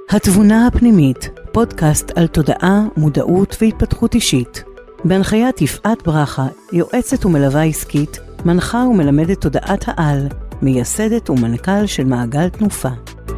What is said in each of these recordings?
התבונה הפנימית, פודקאסט על תודעה, מודעות והתפתחות אישית. בהנחיית יפעת ברכה, יועצת ומלווה עסקית, מנחה ומלמדת תודעת העל, מייסדת ומנכ"ל של מעגל תנופה.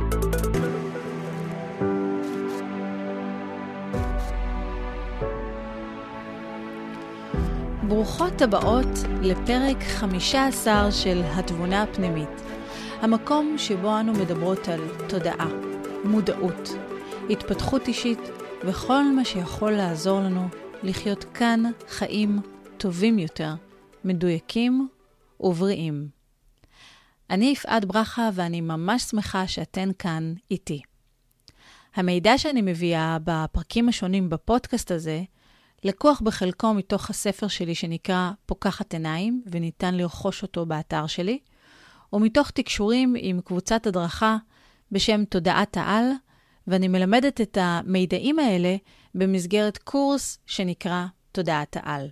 ברוכות הבאות לפרק 15 של התבונה הפנימית, המקום שבו אנו מדברות על תודעה, מודעות, התפתחות אישית וכל מה שיכול לעזור לנו לחיות כאן חיים טובים יותר, מדויקים ובריאים. אני יפעת ברכה ואני ממש שמחה שאתן כאן איתי. המידע שאני מביאה בפרקים השונים בפודקאסט הזה, לקוח בחלקו מתוך הספר שלי שנקרא פוקחת עיניים, וניתן לרכוש אותו באתר שלי, ומתוך תקשורים עם קבוצת הדרכה בשם תודעת העל, ואני מלמדת את המידעים האלה במסגרת קורס שנקרא תודעת העל.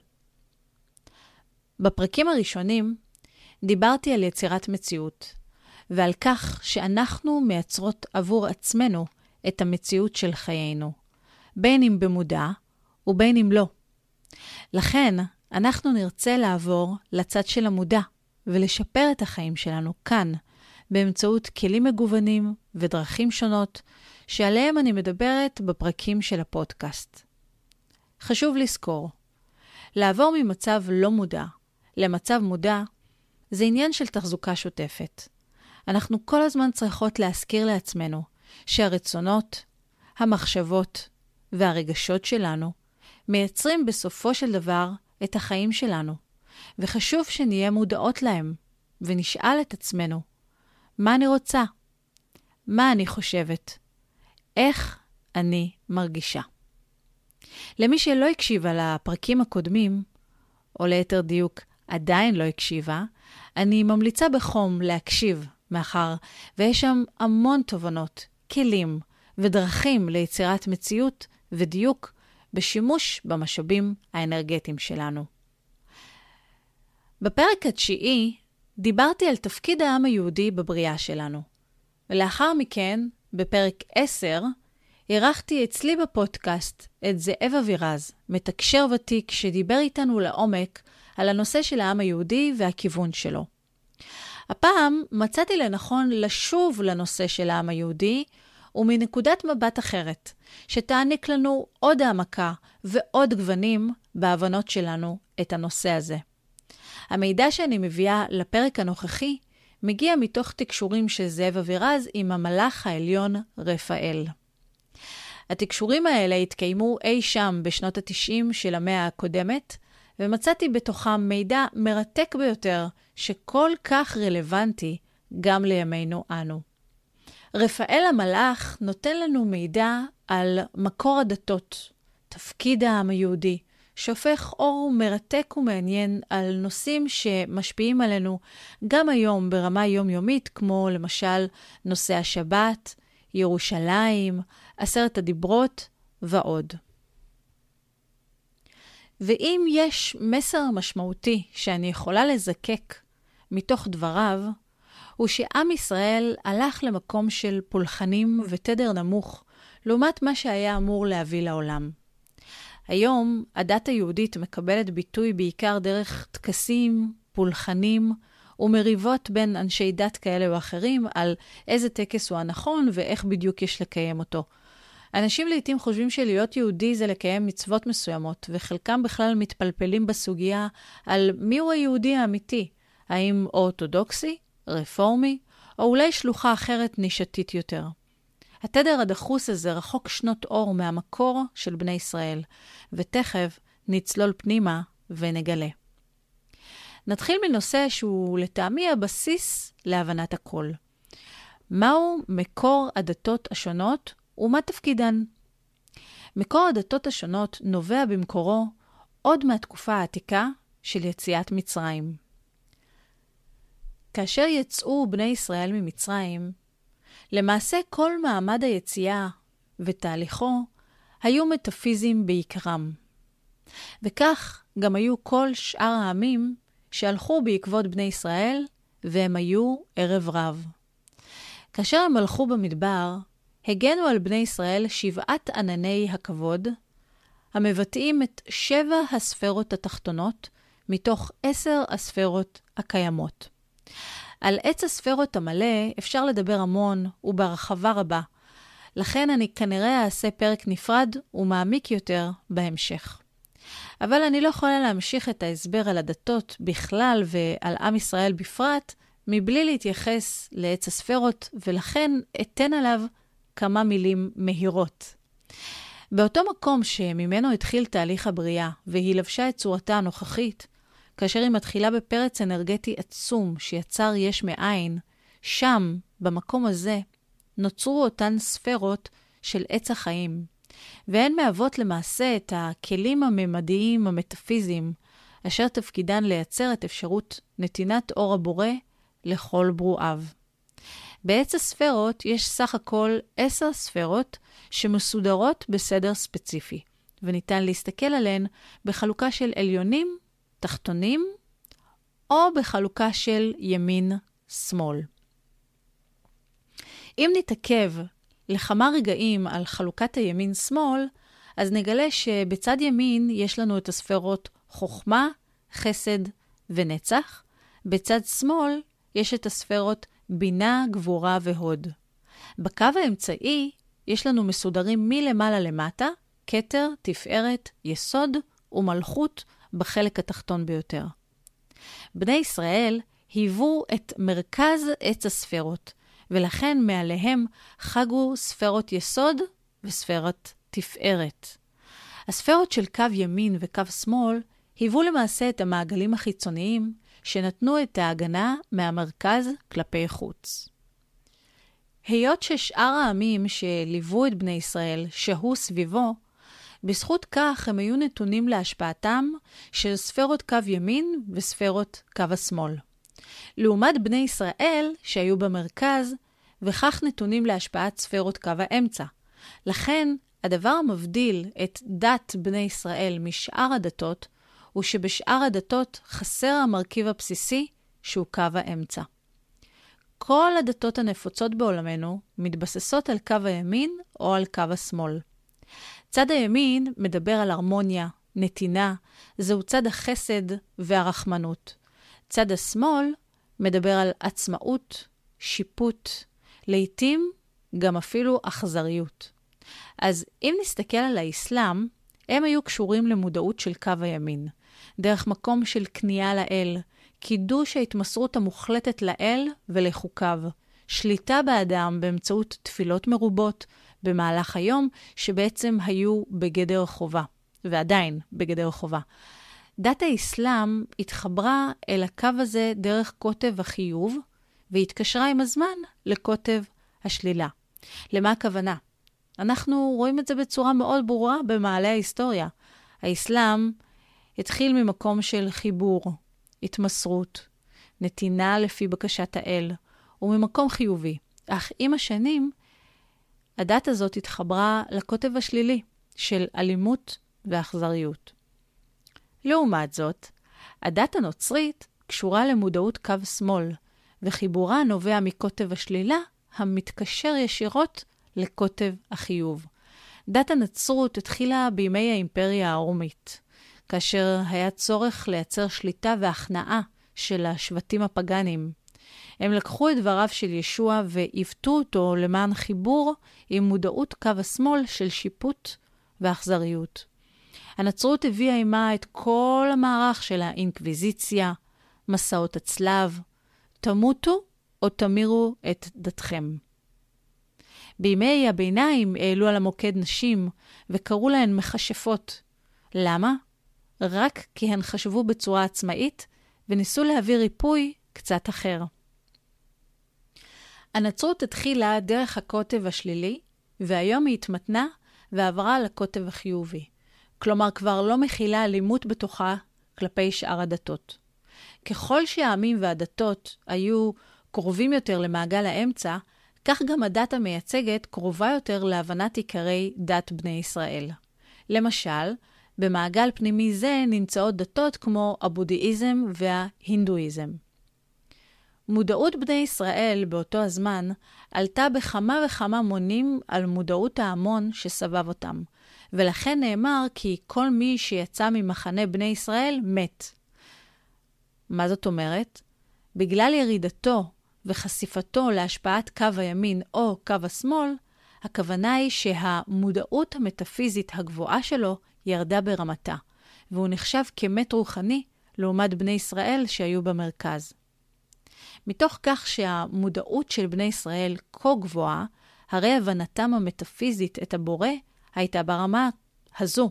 בפרקים הראשונים דיברתי על יצירת מציאות, ועל כך שאנחנו מייצרות עבור עצמנו את המציאות של חיינו, בין אם במודע ובין אם לא. לכן אנחנו נרצה לעבור לצד של המודע ולשפר את החיים שלנו כאן, באמצעות כלים מגוונים ודרכים שונות, שעליהם אני מדברת בפרקים של הפודקאסט. חשוב לזכור, לעבור ממצב לא מודע למצב מודע, זה עניין של תחזוקה שוטפת. אנחנו כל הזמן צריכות להזכיר לעצמנו שהרצונות, המחשבות והרגשות שלנו מייצרים בסופו של דבר את החיים שלנו, וחשוב שנהיה מודעות להם ונשאל את עצמנו, מה אני רוצה? מה אני חושבת? איך אני מרגישה? למי שלא הקשיבה לפרקים הקודמים, או ליתר דיוק עדיין לא הקשיבה, אני ממליצה בחום להקשיב, מאחר ויש שם המון תובנות, כלים ודרכים ליצירת מציאות ודיוק בשימוש במשאבים האנרגטיים שלנו. בפרק התשיעי דיברתי על תפקיד העם היהודי בבריאה שלנו. ולאחר מכן, בפרק 10, אירחתי אצלי בפודקאסט את זאב אבירז, מתקשר ותיק שדיבר איתנו לעומק על הנושא של העם היהודי והכיוון שלו. הפעם מצאתי לנכון לשוב לנושא של העם היהודי, ומנקודת מבט אחרת, שתעניק לנו עוד העמקה ועוד גוונים בהבנות שלנו את הנושא הזה. המידע שאני מביאה לפרק הנוכחי מגיע מתוך תקשורים של זאב אבירז עם המלאך העליון רפאל. התקשורים האלה התקיימו אי שם בשנות ה-90 של המאה הקודמת, ומצאתי בתוכם מידע מרתק ביותר שכל כך רלוונטי גם לימינו אנו. רפאל המלאך נותן לנו מידע על מקור הדתות, תפקיד העם היהודי, שהופך אור מרתק ומעניין על נושאים שמשפיעים עלינו גם היום ברמה יומיומית, כמו למשל נושא השבת, ירושלים, 10 הדיברות ועוד. ואם יש מסר משמעותי שאני יכולה לזקק מתוך דבריו, הוא שעם ישראל הלך למקום של פולחנים ותדר נמוך, לעומת מה שהיה אמור להביא לעולם. היום הדת היהודית מקבלת ביטוי בעיקר דרך טקסים, פולחנים ומריבות בין אנשי דת כאלה או אחרים על איזה טקס הוא הנכון ואיך בדיוק יש לקיים אותו. אנשים לעתים חושבים שלהיות יהודי זה לקיים מצוות מסוימות, וחלקם בכלל מתפלפלים בסוגיה על מיהו היהודי האמיתי, האם אורתודוקסי, רפורמי, או אולי שלוחה אחרת נישתית יותר. התדר הדחוס הזה רחוק שנות אור מהמקור של בני ישראל, ותכף נצלול פנימה ונגלה. נתחיל מנושא שהוא לטעמי הבסיס להבנת הכל. מהו מקור הדתות השונות ומה תפקידן? מקור הדתות השונות נובע במקורו עוד מהתקופה העתיקה של יציאת מצרים. כאשר יצאו בני ישראל ממצרים, למעשה כל מעמד היציאה ותהליכו היו מטאפיזיים בעיקרם. וכך גם היו כל שאר העמים שהלכו בעקבות בני ישראל, והם היו ערב רב. כאשר הם הלכו במדבר, הגנו על בני ישראל 7 ענני הכבוד, המבטאים את 7 הספרות התחתונות, מתוך 10 הספרות הקיימות. על עץ הספרות המלא אפשר לדבר המון ובהרחבה רבה, לכן אני כנראה אעשה פרק נפרד ומעמיק יותר בהמשך. אבל אני לא יכולה להמשיך את ההסבר על הדתות בכלל ועל עם ישראל בפרט, מבלי להתייחס לעץ הספרות, ולכן אתן עליו כמה מילים מהירות. באותו מקום שממנו התחיל תהליך הבריאה, והיא לבשה את צורתה הנוכחית, כאשר היא מתחילה בפרץ אנרגטי עצום שיצר יש מאין, שם, במקום הזה, נוצרו אותן ספרות של עץ החיים, והן מהוות למעשה את הכלים הממדיים המטאפיזיים, אשר תפקידן לייצר את אפשרות נתינת אור הבורא לכל ברואיו. בעץ הספרות יש סך הכל 10 ספרות שמסודרות בסדר ספציפי, וניתן להסתכל עליהן בחלוקה של עליונים, תחתונים, או בחלוקה של ימין-שמאל. אם נתעכב לכמה רגעים על חלוקת הימין-שמאל, אז נגלה שבצד ימין יש לנו את הספרות חוכמה, חסד ונצח. בצד שמאל יש את הספרות בינה, גבורה והוד. בקו האמצעי יש לנו מסודרים מלמעלה למטה, כתר, תפארת, יסוד ומלכות בחלק התחתון ביותר. בני ישראל היוו את מרכז עץ הספרות, ולכן מעליהם חגו ספרות יסוד וספרת תפארת. הספרות של קו ימין וקו שמאל היוו למעשה את המעגלים החיצוניים שנתנו את ההגנה מהמרכז כלפי חוץ. היות ששאר העמים שליוו את בני ישראל שהו סביבו, בזכות כך הם היו נתונים להשפעתם של ספרות קו ימין וספרות קו השמאל. לעומת בני ישראל שהיו במרכז, וכך נתונים להשפעת ספרות קו האמצע. לכן, הדבר המבדיל את דת בני ישראל משאר הדתות, הוא שבשאר הדתות חסר המרכיב הבסיסי שהוא קו האמצע. כל הדתות הנפוצות בעולמנו מתבססות על קו הימין או על קו השמאל. צד הימין מדבר על הרמוניה, נתינה, זהו צד החסד והרחמנות. צד השמאל מדבר על עצמאות, שיפוט, לעתים גם אפילו אכזריות. אז אם נסתכל על האסלאם, הם היו קשורים למודעות של קו הימין, דרך מקום של כניעה לאל, קידוש ההתמסרות המוחלטת לאל ולחוקיו, שליטה באדם באמצעות תפילות מרובות במהלך היום, שבעצם היו בגדר חובה, ועדיין בגדר חובה. דת האסלאם התחברה אל הקו הזה דרך כותב החיוב, והתקשרה עם הזמן לכותב השלילה. למה הכוונה? אנחנו רואים את זה בצורה מאוד ברורה במעלה ההיסטוריה. האסלאם התחיל ממקום של חיבור, התמסרות, נתינה לפי בקשת האל, וממקום חיובי. אך עם השנים, הדת הזאת התחברה לכותב השלילי של אלימות ואכזריות. לעומת זאת, הדת הנוצרית קשורה למודעות קו שמאל, וחיבורה נובע מכותב השלילה המתקשר ישירות לכותב החיוב. דת הנצרות התחילה בימי האימפריה הרומית, כאשר היה צורך לייצר שליטה והכנעה של השבטים הפגנים. הם לקחו את דבריו של ישוע ועיוותו אותו למען חיבור עם מודעות קו השמאל של שיפוט ואכזריות. הנצרות הביאה עימה את כל המערך של האינקוויזיציה, מסעות הצלב, תמותו או תמירו את דתכם. בימי הביניים העלו על המוקד נשים וקראו להן מכשפות. למה? רק כי הן חשבו בצורה עצמאית וניסו להביא ריפוי קצת אחר. הנצרות התחילה דרך הכותב השלילי, והיום היא התמתנה ועברה לכותב החיובי. כלומר, כבר לא מכילה אלימות בתוכה כלפי שאר הדתות. ככל שהעמים והדתות היו קרובים יותר למעגל האמצע, כך גם הדת המייצגת קרובה יותר להבנת עיקרי דת בני ישראל. למשל, במעגל פנימי זה נמצאות דתות כמו הבודהיזם וההינדואיזם. מודעות בני ישראל באותו הזמן עלתה בכמה וכמה מונים על מודעות ההמון שסבב אותם, ולכן נאמר כי כל מי שיצא ממחנה בני ישראל מת. מה זאת אומרת? בגלל ירידתו וחשיפתו להשפעת קו הימין או קו השמאל, הכוונה היא שהמודעות המטאפיזית הגבוהה שלו ירדה ברמתה, והוא נחשב כמת רוחני לעומת בני ישראל שהיו במרכז. מתוך כך שהמודעות של בני ישראל כה גבוהה, הרי הבנתם המטאפיזית את הבורא הייתה ברמה הזו,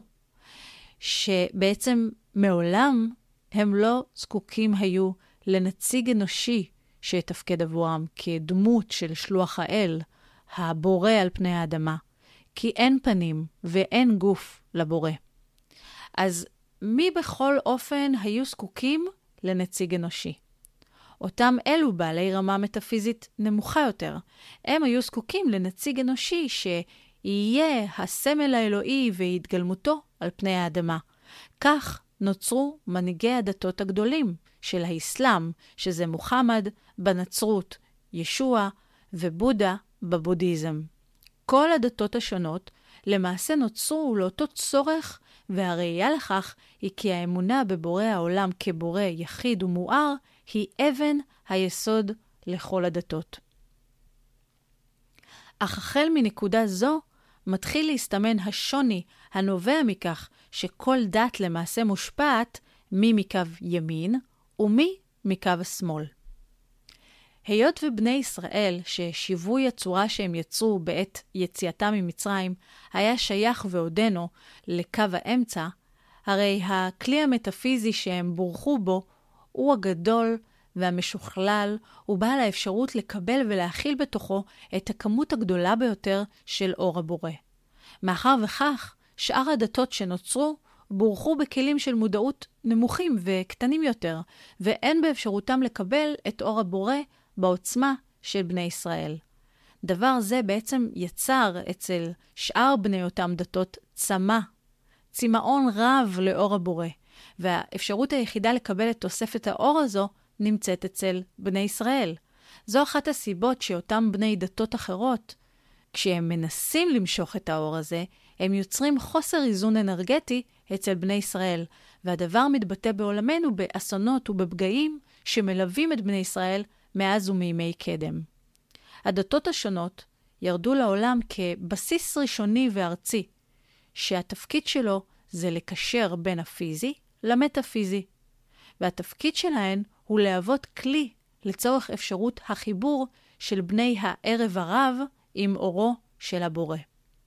שבעצם מעולם הם לא זקוקים היו לנציג אנושי שיתפקד עבורם כדמות של שלוח האל, הבורא על פני האדמה, כי אין פנים ואין גוף לבורא. אז מי בכל אופן היו זקוקים לנציג אנושי? אותם אלו בעלי רמה מטאפיזית נמוכה יותר, הם היו זקוקים לנציג אנושי שיהיה הסמל האלוהי והתגלמותו על פני האדמה. כך נוצרו מנהיגי הדתות הגדולים של האסלאם, שזה מוחמד בנצרות, ישוע ובודה בבודהיזם. כל הדתות השונות למעשה נוצרו לאותו צורך, והראייה לכך היא כי האמונה בבורא העולם כבורא יחיד ומואר היא אבן היסוד לכל הדתות. אך החל מנקודה זו מתחיל להסתמן השוני הנובע מכך שכל דת למעשה מושפעת מי מקו ימין ומי מקו השמאל. היות ובני ישראל ששיווי הצורה שהם יצרו בעת יציאתם ממצרים היה שייך ועודנו לקו האמצע, הרי הכלי המטאפיזי שהם בורחו בו הוא הגדול והמשוכלל, ובעל האפשרות לקבל ולהכיל בתוכו את הכמות הגדולה ביותר של אור הבורא. מאחר וכך, שאר הדתות שנוצרו בורחו בכלים של מודעות נמוכים וקטנים יותר, ואין באפשרותם לקבל את אור הבורא בעוצמה של בני ישראל. דבר זה בעצם יצר אצל שאר בני אותם דתות צמאון רב לאור הבורא, והאפשרות היחידה לקבל את תוספת האור הזו נמצאת אצל בני ישראל. זו אחת הסיבות שאותם בני דתות אחרות, כשהם מנסים למשוך את האור הזה, הם יוצרים חוסר איזון אנרגטי אצל בני ישראל, והדבר מתבטא בעולמנו באסונות ובפגעים שמלווים את בני ישראל מאז ומימי קדם. הדתות השונות ירדו לעולם כבסיס ראשוני וארצי, שהתפקיד שלו זה לקשר בין הפיזי למטאפיזי, והתפקיד שלהן הוא להוות כלי לצורך אפשרות החיבור של בני הערב הרב עם אורו של הבורא.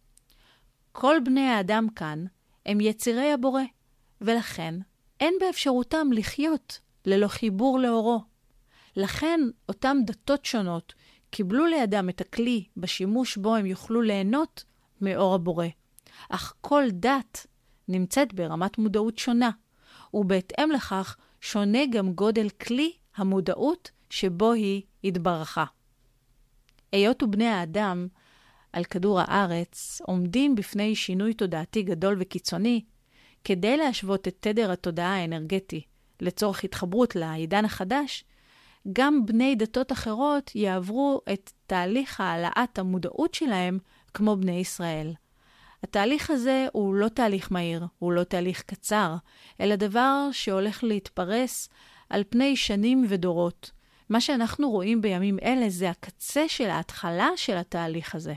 כל בני האדם כאן הם יצירי הבורא, ולכן אין באפשרותם לחיות ללא חיבור לאורו. לכן אותם דתות שונות קיבלו לידם את הכלי בשימוש בו הם יוכלו ליהנות מאור הבורא. אך כל דת נמצאת ברמת מודעות שונה, ובהתאם לכך שונה גם גודל כלי המודעות שבו היא התברכה. היות ובני האדם על כדור הארץ עומדים בפני שינוי תודעתי גדול וקיצוני, כדי להשוות את תדר התודעה האנרגטי לצורך התחברות לעידן החדש, גם בני דתות אחרות יעברו את תהליך העלאת המודעות שלהם כמו בני ישראל. התהליך הזה הוא לא תהליך מהיר, הוא לא תהליך קצר, אלא דבר שהולך להתפרס על פני שנים ודורות. מה שאנחנו רואים בימים אלה זה הקצה של ההתחלה של התהליך הזה.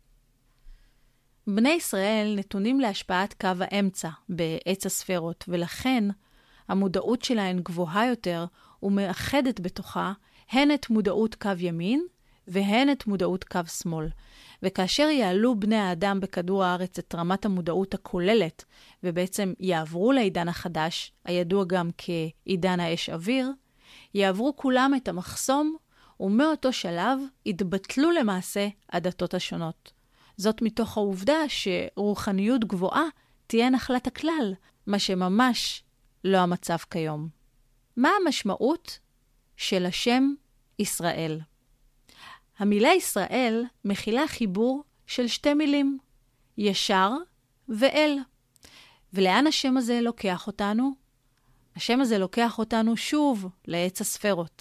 בני ישראל נתונים להשפעת קו האמצע בעץ הספרות, ולכן המודעות שלהן גבוהה יותר ומאחדת בתוכה הן את מודעות קו ימין והן את מודעות קו שמאל. וכאשר יעלו בני האדם בכדור הארץ את רמת המודעות הכוללת, ובעצם יעברו לעידן החדש, הידוע גם כעידן האש אוויר, יעברו כולם את המחסום, ומאותו שלב יתבטלו למעשה הדתות השונות. זאת מתוך העובדה שרוחניות גבוהה תהיה נחלת הכלל, מה שממש לא המצב כיום. מה המשמעות של השם ישראל? המילה ישראל מכילה חיבור של שתי מילים, ישר ואל. ולאן השם הזה לוקח אותנו? השם הזה לוקח אותנו שוב לעץ הספרות.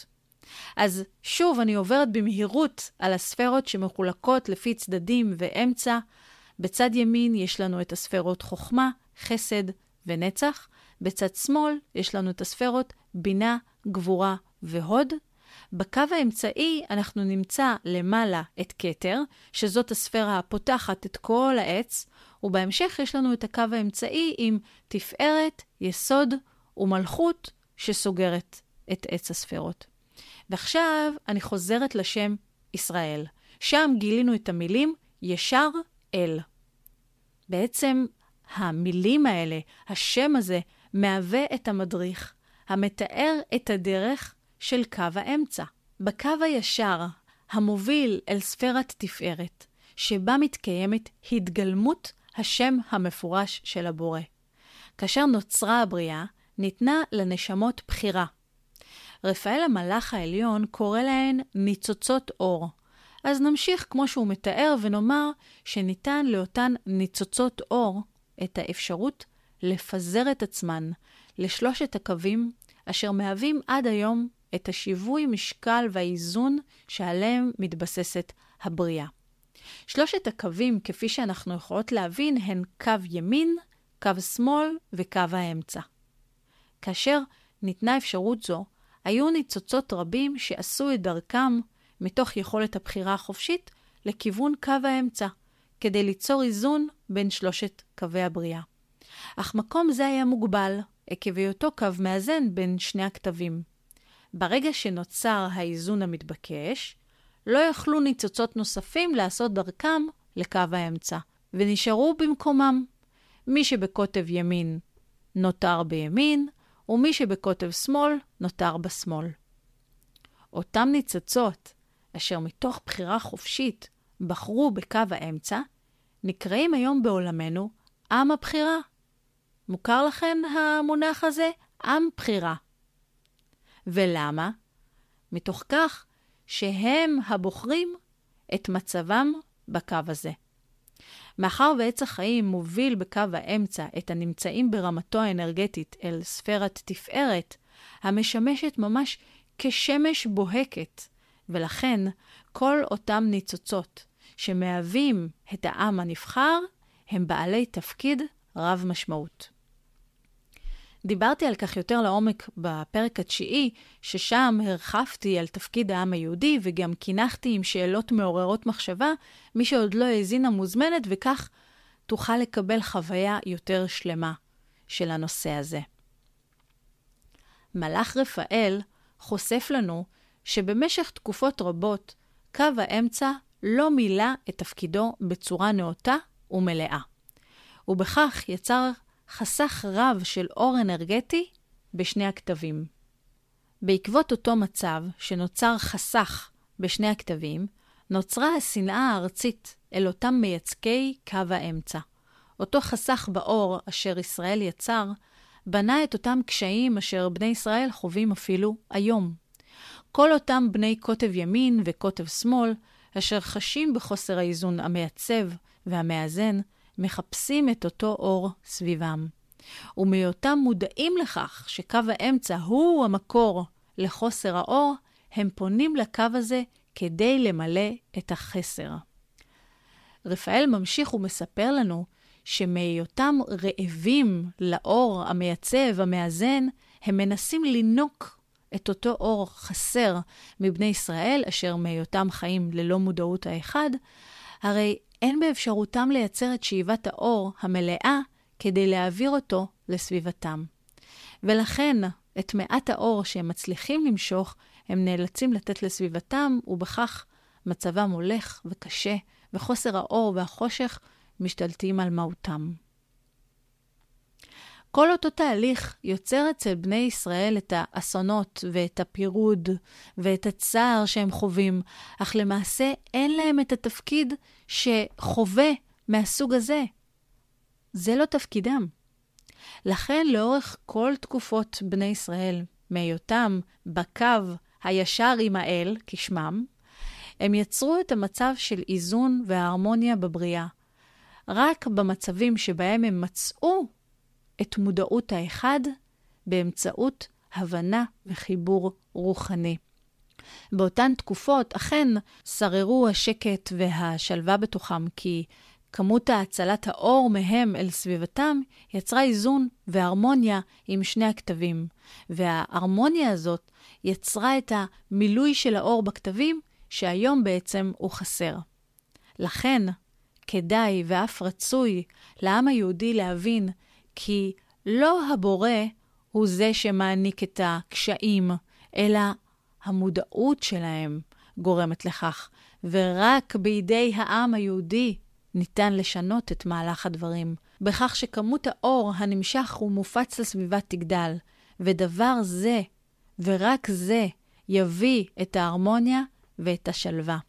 אז שוב אני עוברת במהירות על הספרות שמחולקות לפי צדדים ואמצע. בצד ימין יש לנו את הספרות חוכמה, חסד ונצח. בצד שמאל יש לנו את הספרות בינה, גבורה והוד. בקו האמצעי אנחנו נמצא למעלה את כתר, שזאת הספירה הפותחת את כל העץ, ובהמשך יש לנו את הקו האמצעי עם תפארת, יסוד ומלכות שסוגרת את עץ הספירות. ועכשיו אני חוזרת לשם ישראל. שם גילינו את המילים ישר אל. בעצם המילים האלה, השם הזה, מהווה את המדריך, המתאר את הדרך של קו האמצע. בקו הישר, המוביל אל ספירת תפארת, שבה מתקיימת התגלמות השם המפורש של הבורא. כאשר נוצרה הבריאה, ניתנה לנשמות בחירה. רפאל המלאך העליון קורא להן ניצוצות אור. אז נמשיך כמו שהוא מתאר ונאמר שניתן לאותן ניצוצות אור את האפשרות לפזר את עצמן לשלושת הקווים אשר מהווים עד היום את השיווי משקל והאיזון שעליהם מתבססת הבריאה. שלושת הקווים, כפי שאנחנו יכולות להבין, הן קו ימין, קו שמאל וקו האמצע. כאשר ניתנה אפשרות זו, היו ניצוצות רבים שעשו את דרכם מתוך יכולת הבחירה החופשית לכיוון קו האמצע, כדי ליצור איזון בין שלושת קווי הבריאה. אך מקום זה היה מוגבל, עקב היותו קו מאזן בין שני הכתבים. ברגע שנוצר האיזון המתבקש, לא יכלו ניצוצות נוספים לעשות דרכם לקו האמצע, ונשארו במקומם. מי שבקוטב ימין נותר בימין, ומי שבקוטב שמאל נותר בשמאל. אותם ניצוצות, אשר מתוך בחירה חופשית בחרו בקו האמצע, נקראים היום בעולמנו עם הבחירה. מוכר לכן המונח הזה? עם בחירה. ולמה? מתוך כך שהם הבוחרים את מצבם בקו הזה. מאחר ועץ החיים מוביל בקו האמצע את הנמצאים ברמתו האנרגטית אל ספירת תפארת, המשמשת ממש כשמש בוהקת, ולכן כל אותם ניצוצות שמהווים את העם הנבחר, הם בעלי תפקיד רב משמעות. דיברתי על כך יותר לעומק בפרק התשיעי, ששם הרחבתי על תפקיד העם היהודי, וגם כינחתי עם שאלות מעוררות מחשבה, מי שעוד לא האזינה מוזמנת, וכך תוכל לקבל חוויה יותר שלמה של הנושא הזה. מלאך רפאל חושף לנו שבמשך תקופות רבות, קו האמצע לא מילא את תפקידו בצורה נאותה ומלאה. ובכך יצר חסך רב של אור אנרגטי בשני הכתבים. בעקבות אותו מצב שנוצר חסך בשני הכתבים, נוצרה השנאה הארצית אל אותם מייצגי קו האמצע. אותו חסך באור אשר ישראל יצר, בנה את אותם קשיים אשר בני ישראל חווים אפילו היום. כל אותם בני קוטב ימין וקוטב שמאל, אשר חשים בחוסר האיזון המייצב והמאזן, מחפשים את אותו אור סביבם. ומהיותם מודעים לכך שקו האמצע הוא המקור לחוסר האור, הם פונים לקו הזה כדי למלא את החסר. רפאל ממשיך ומספר לנו שמהיותם רעבים לאור המייצב, המאזן, הם מנסים לינוק את אותו אור חסר מבני ישראל, אשר מהיותם חיים ללא מודעות האחד, הרי אין באפשרותם לייצר את שאיבת האור המלאה כדי להעביר אותו לסביבתם. ולכן את מעט האור שהם מצליחים למשוך, הם נאלצים לתת לסביבתם, ובכך מצבם הולך וקשה, וחוסר האור והחושך משתלטים על מהותם. כל אותו תהליך יוצר אצל בני ישראל את האסונות ואת הפירוד ואת הצער שהם חווים, אך למעשה אין להם את התפקיד שחווה מהסוג הזה. זה לא תפקידם. לכן לאורך כל תקופות בני ישראל, מהיותם בקו הישר עם האל, כשמם, הם יצרו את המצב של איזון וההרמוניה בבריאה. רק במצבים שבהם הם מצאו את מודעות האחד באמצעות הבנה וחיבור רוחני. באותן תקופות אכן שררו השקט והשלווה בתוכם, כי כמות הצלת האור מהם אל סביבתם יצרה איזון והרמוניה עם שני הכתבים. וההרמוניה הזאת יצרה את המילוי של האור בכתבים, שהיום בעצם הוא חסר. לכן, כדאי ואף רצוי לעם היהודי להבין כי לא הבורא הוא זה שמעניק את הקשיים, אלא המודעות שלהם גורמת לכך, ורק בידי העם היהודי ניתן לשנות את מהלך הדברים, בכך שכמות האור הנמשך ומופץ לסביבה תגדל, ודבר זה, ורק זה, יביא את ההרמוניה ואת השלווה.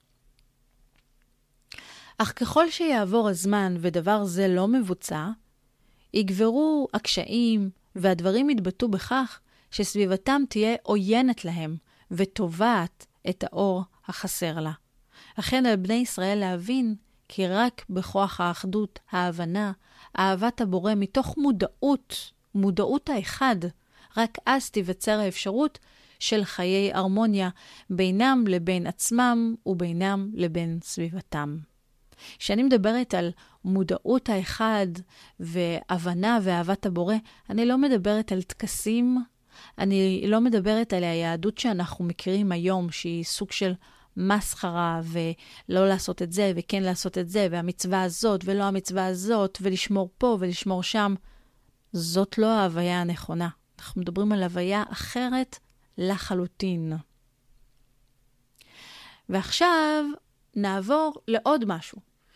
אך ככל שיעבור הזמן ודבר זה לא מבוצע, יגברו הקשיים והדברים יתבטאו בכך שסביבתם תהיה עוינת להם ותובעת את האור החסר לה. לכן על בני ישראל להבין כי רק בכוח האחדות, ההבנה, אהבת הבורא מתוך מודעות האחד, רק אז תיווצר האפשרות של חיי הרמוניה בינם לבין עצמם ובינם לבין סביבתם. כשאני מדברת על מודעות האחד והבנה ואהבת הבורא, אני לא מדברת על טקסים, אני לא מדברת על היהדות שאנחנו מכירים היום, שהיא סוג של מסחרה, ולא לעשות את זה וכן לעשות את זה, והמצווה הזאת ולא המצווה הזאת, ולשמור פה ולשמור שם. זאת לא ההוויה הנכונה. אנחנו מדברים על הוויה אחרת לחלוטין. ועכשיו נעבור לעוד משהו,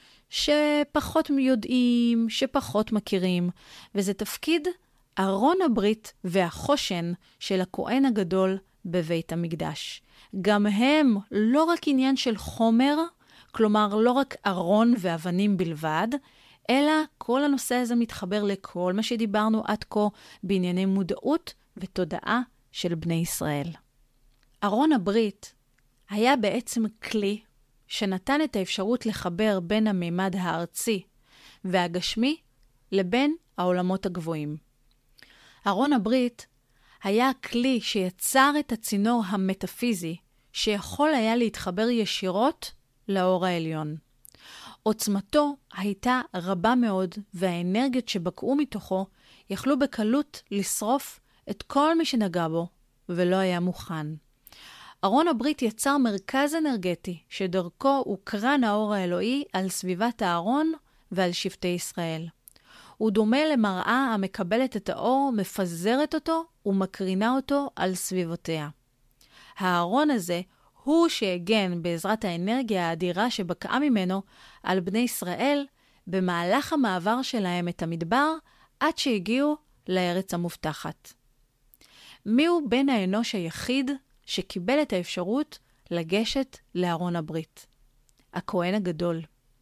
שפחות יודעים, שפחות מכירים, וזה תפקיד ארון הברית והחושן של הכהן הגדול בבית המקדש. גם הם לא רק עניין של חומר, כלומר לא רק ארון ואבנים בלבד, אלא כל הנושא הזה מתחבר לכל מה שדיברנו עד כה בענייני מודעות ותודעה של בני ישראל. ארון הברית היה בעצם כלי שנתן את האפשרות לחבר בין הממד הארצי והגשמי לבין העולמות הגבוהים. ארון הברית היה כלי שיצר את הצינור המטאפיזי שיכול היה להתחבר ישירות לאור העליון. עוצמתו הייתה רבה מאוד והאנרגיות שבקעו מתוכו יכלו בקלות לשרוף את כל מי שנגע בו ולא היה מוכן. ארון הברית יצר מרכז אנרגטי שדרכו הוקרן האור האלוהי על סביבת הארון ועל שבטי ישראל. הוא דומה למראה המקבלת את האור, מפזרת אותו ומקרינה אותו על סביבותיה. הארון הזה הוא שהגן בעזרת האנרגיה האדירה שבקעה ממנו על בני ישראל במהלך המעבר שלהם את המדבר עד שהגיעו לארץ המובטחת. מיהו בן האנוש היחיד שקיבל את האפשרות לגשת לארון הברית? הכהן הגדול.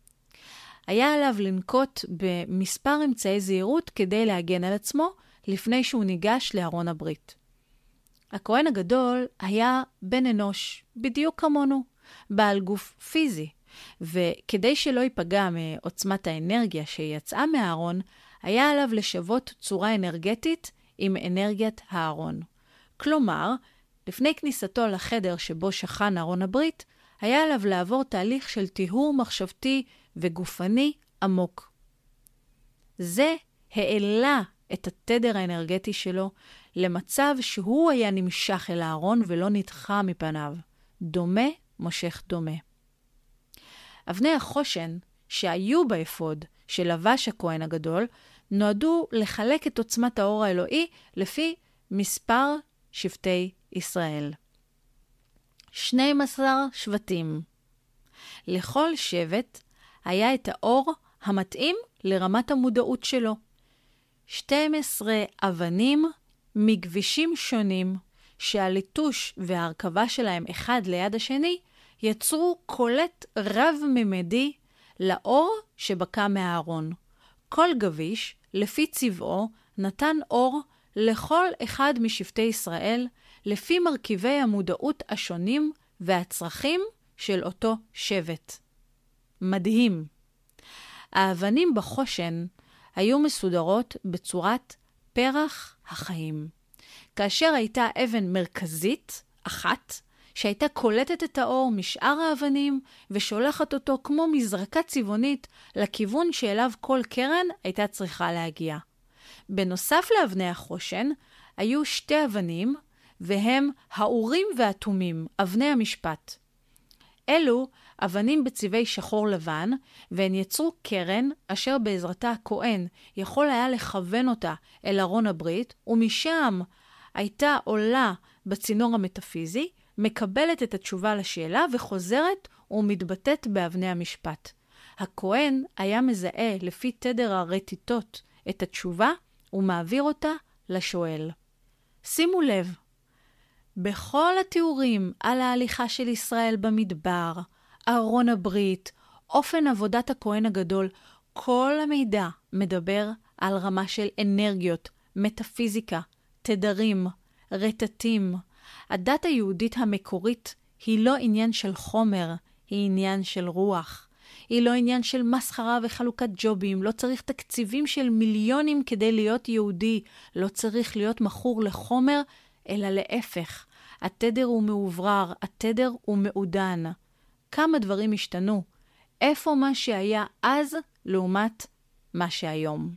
היה עליו לנקוט במספר אמצעי זהירות כדי להגן על עצמו לפני שהוא ניגש לארון הברית. הכהן הגדול היה בן אנוש, בדיוק כמונו, בעל גוף פיזי, וכדי שלא ייפגע מעוצמת האנרגיה שיצאה מהארון, היה עליו לשוות צורה אנרגטית עם אנרגיית הארון. כלומר, לפני כניסתו לחדר שבו שכן ארון הברית, היה עליו לעבור תהליך של טיהור מחשבתי וגופני עמוק. זה העלה את התדר האנרגטי שלו למצב שהוא היה נמשך אל הארון ולא נדחה מפניו. דומה מושך דומה. אבני החושן שהיו באפוד שלבש הכהן הגדול נועדו לחלק את עוצמת האור האלוהי לפי מספר שבטי ישראל. 12 שבטים. לכל שבט היה את האור המתאים לרמת המודעות שלו. 12 אבנים מגבישים שונים שהליטוש וההרכבה שלהם אחד ליד השני יצרו קולט רב-ממדי לאור שבקע מהארון. כל גביש, לפי צבעו, נתן אור לכל אחד משבטי ישראל לפי מרכיבי המודעות השונים והצרכים של אותו שבט. מדהים. האבנים בחושן היו מסודרות בצורת פרח החיים. כאשר הייתה אבן מרכזית, אחת, שהייתה קולטת את האור משאר האבנים ושולחת אותו כמו מזרקה צבעונית לכיוון שאליו כל קרן הייתה צריכה להגיע. בנוסף לאבני החושן, היו שתי אבנים, והם האורים והתומים, אבני המשפט. אלו אבנים בצבעי שחור לבן, והן יצרו קרן אשר בעזרתה הכהן יכול היה לכוון אותה אל ארון הברית, ומשם הייתה עולה בצינור המטאפיזי, מקבלת את התשובה לשאלה וחוזרת ומתבטאת באבני המשפט. הכהן היה מזהה לפי תדר הרטיטות את התשובה ומעביר אותה לשואל. שימו לב, בכל התיאורים על ההליכה של ישראל במדבר, ארון הברית, אופן עבודת הכהן הגדול, כל המידע מדבר על רמה של אנרגיות, מטאפיזיקה, תדרים, רטטים. הדת היהודית המקורית היא לא עניין של חומר, היא עניין של רוח. היא לא עניין של מסחרה וחלוקת ג'ובים, לא צריך תקציבים של מיליונים כדי להיות יהודי, לא צריך להיות מכור לחומר, אלא להפך. התדר הוא מעוברר, התדר הוא מעודן. כמה דברים השתנו. איפה מה שהיה אז לעומת מה שהיום?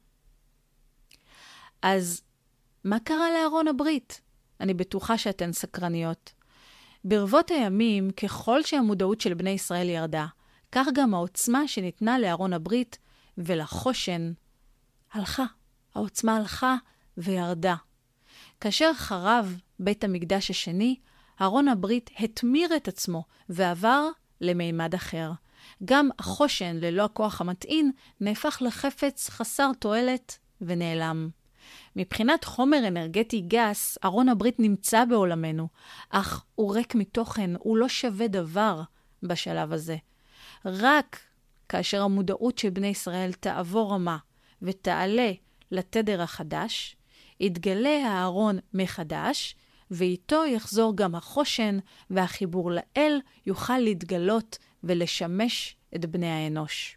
אז מה קרה לארון הברית? אני בטוחה שאתן סקרניות. ברבות הימים, ככל שהמודעות של בני ישראל ירדה, כך גם העוצמה שניתנה לארון הברית ולחושן הלכה. העוצמה הלכה וירדה. כאשר חרב בית המקדש השני, ארון הברית התמיר את עצמו ועבר למימד אחר. גם החושן ללא הכוח המטעין נהפך לחפץ חסר תועלת ונעלם. מבחינת חומר אנרגטי גס, ארון הברית נמצא בעולמנו, אך הוא ריק מתוכן, הוא לא שווה דבר בשלב הזה. רק כאשר המודעות של בני ישראל תעבור רמה ותעלה לתדר החדש, יתגלה הארון מחדש, ואיתו יחזור גם החושן, והחיבור לאל יוכל להתגלות ולשמש את בני האנוש.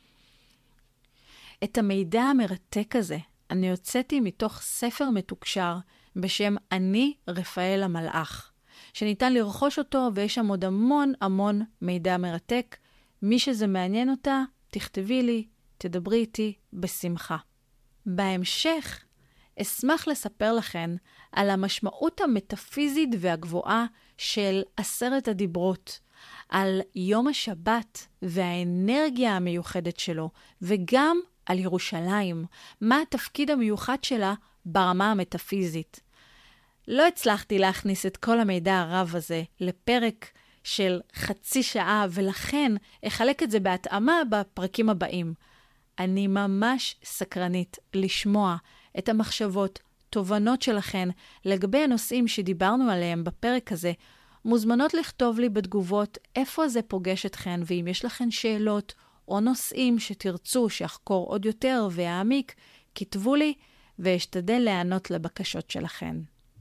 את המידע המרתק הזה אני הוצאתי מתוך ספר מתוקשר בשם אני רפאל המלאך, שניתן לרכוש אותו ויש שם עוד המון מידע מרתק. מי שזה מעניין אותה, תכתבי לי, תדברי איתי בשמחה. בהמשך, אשמח לספר לכן על המשמעות המטאפיזית והגבוהה של 10 הדיברות, על יום השבת והאנרגיה המיוחדת שלו, וגם על ירושלים, מה התפקיד המיוחד שלה ברמה המטאפיזית. לא הצלחתי להכניס את כל המידע הרב הזה לפרק של חצי שעה, ולכן אחלק את זה בהתאמה בפרקים הבאים. אני ממש סקרנית לשמוע את המחשבות, תובנות שלכן לגבי הנושאים שדיברנו עליהם בפרק הזה. מוזמנות לכתוב לי בתגובות איפה זה פוגש אתכן, ואם יש לכן שאלות או נושאים שתרצו שיחקור עוד יותר ויעמיק, כתבו לי ואשתדל לענות לבקשות שלכן.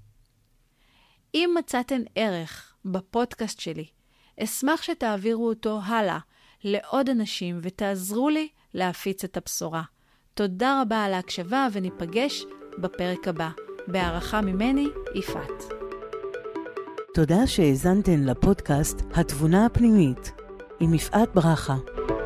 אם מצאתן ערך בפודקאסט שלי, אשמח שתעבירו אותו הלאה לעוד אנשים ותעזרו לי להפיץ את הבשורה. תודה רבה על ההקשבה וניפגש בפרק הבא. בהערכה ממני, יפעת. תודה שהאזנתן לפודקאסט התבונה הפנימית עם יפעת ברכה.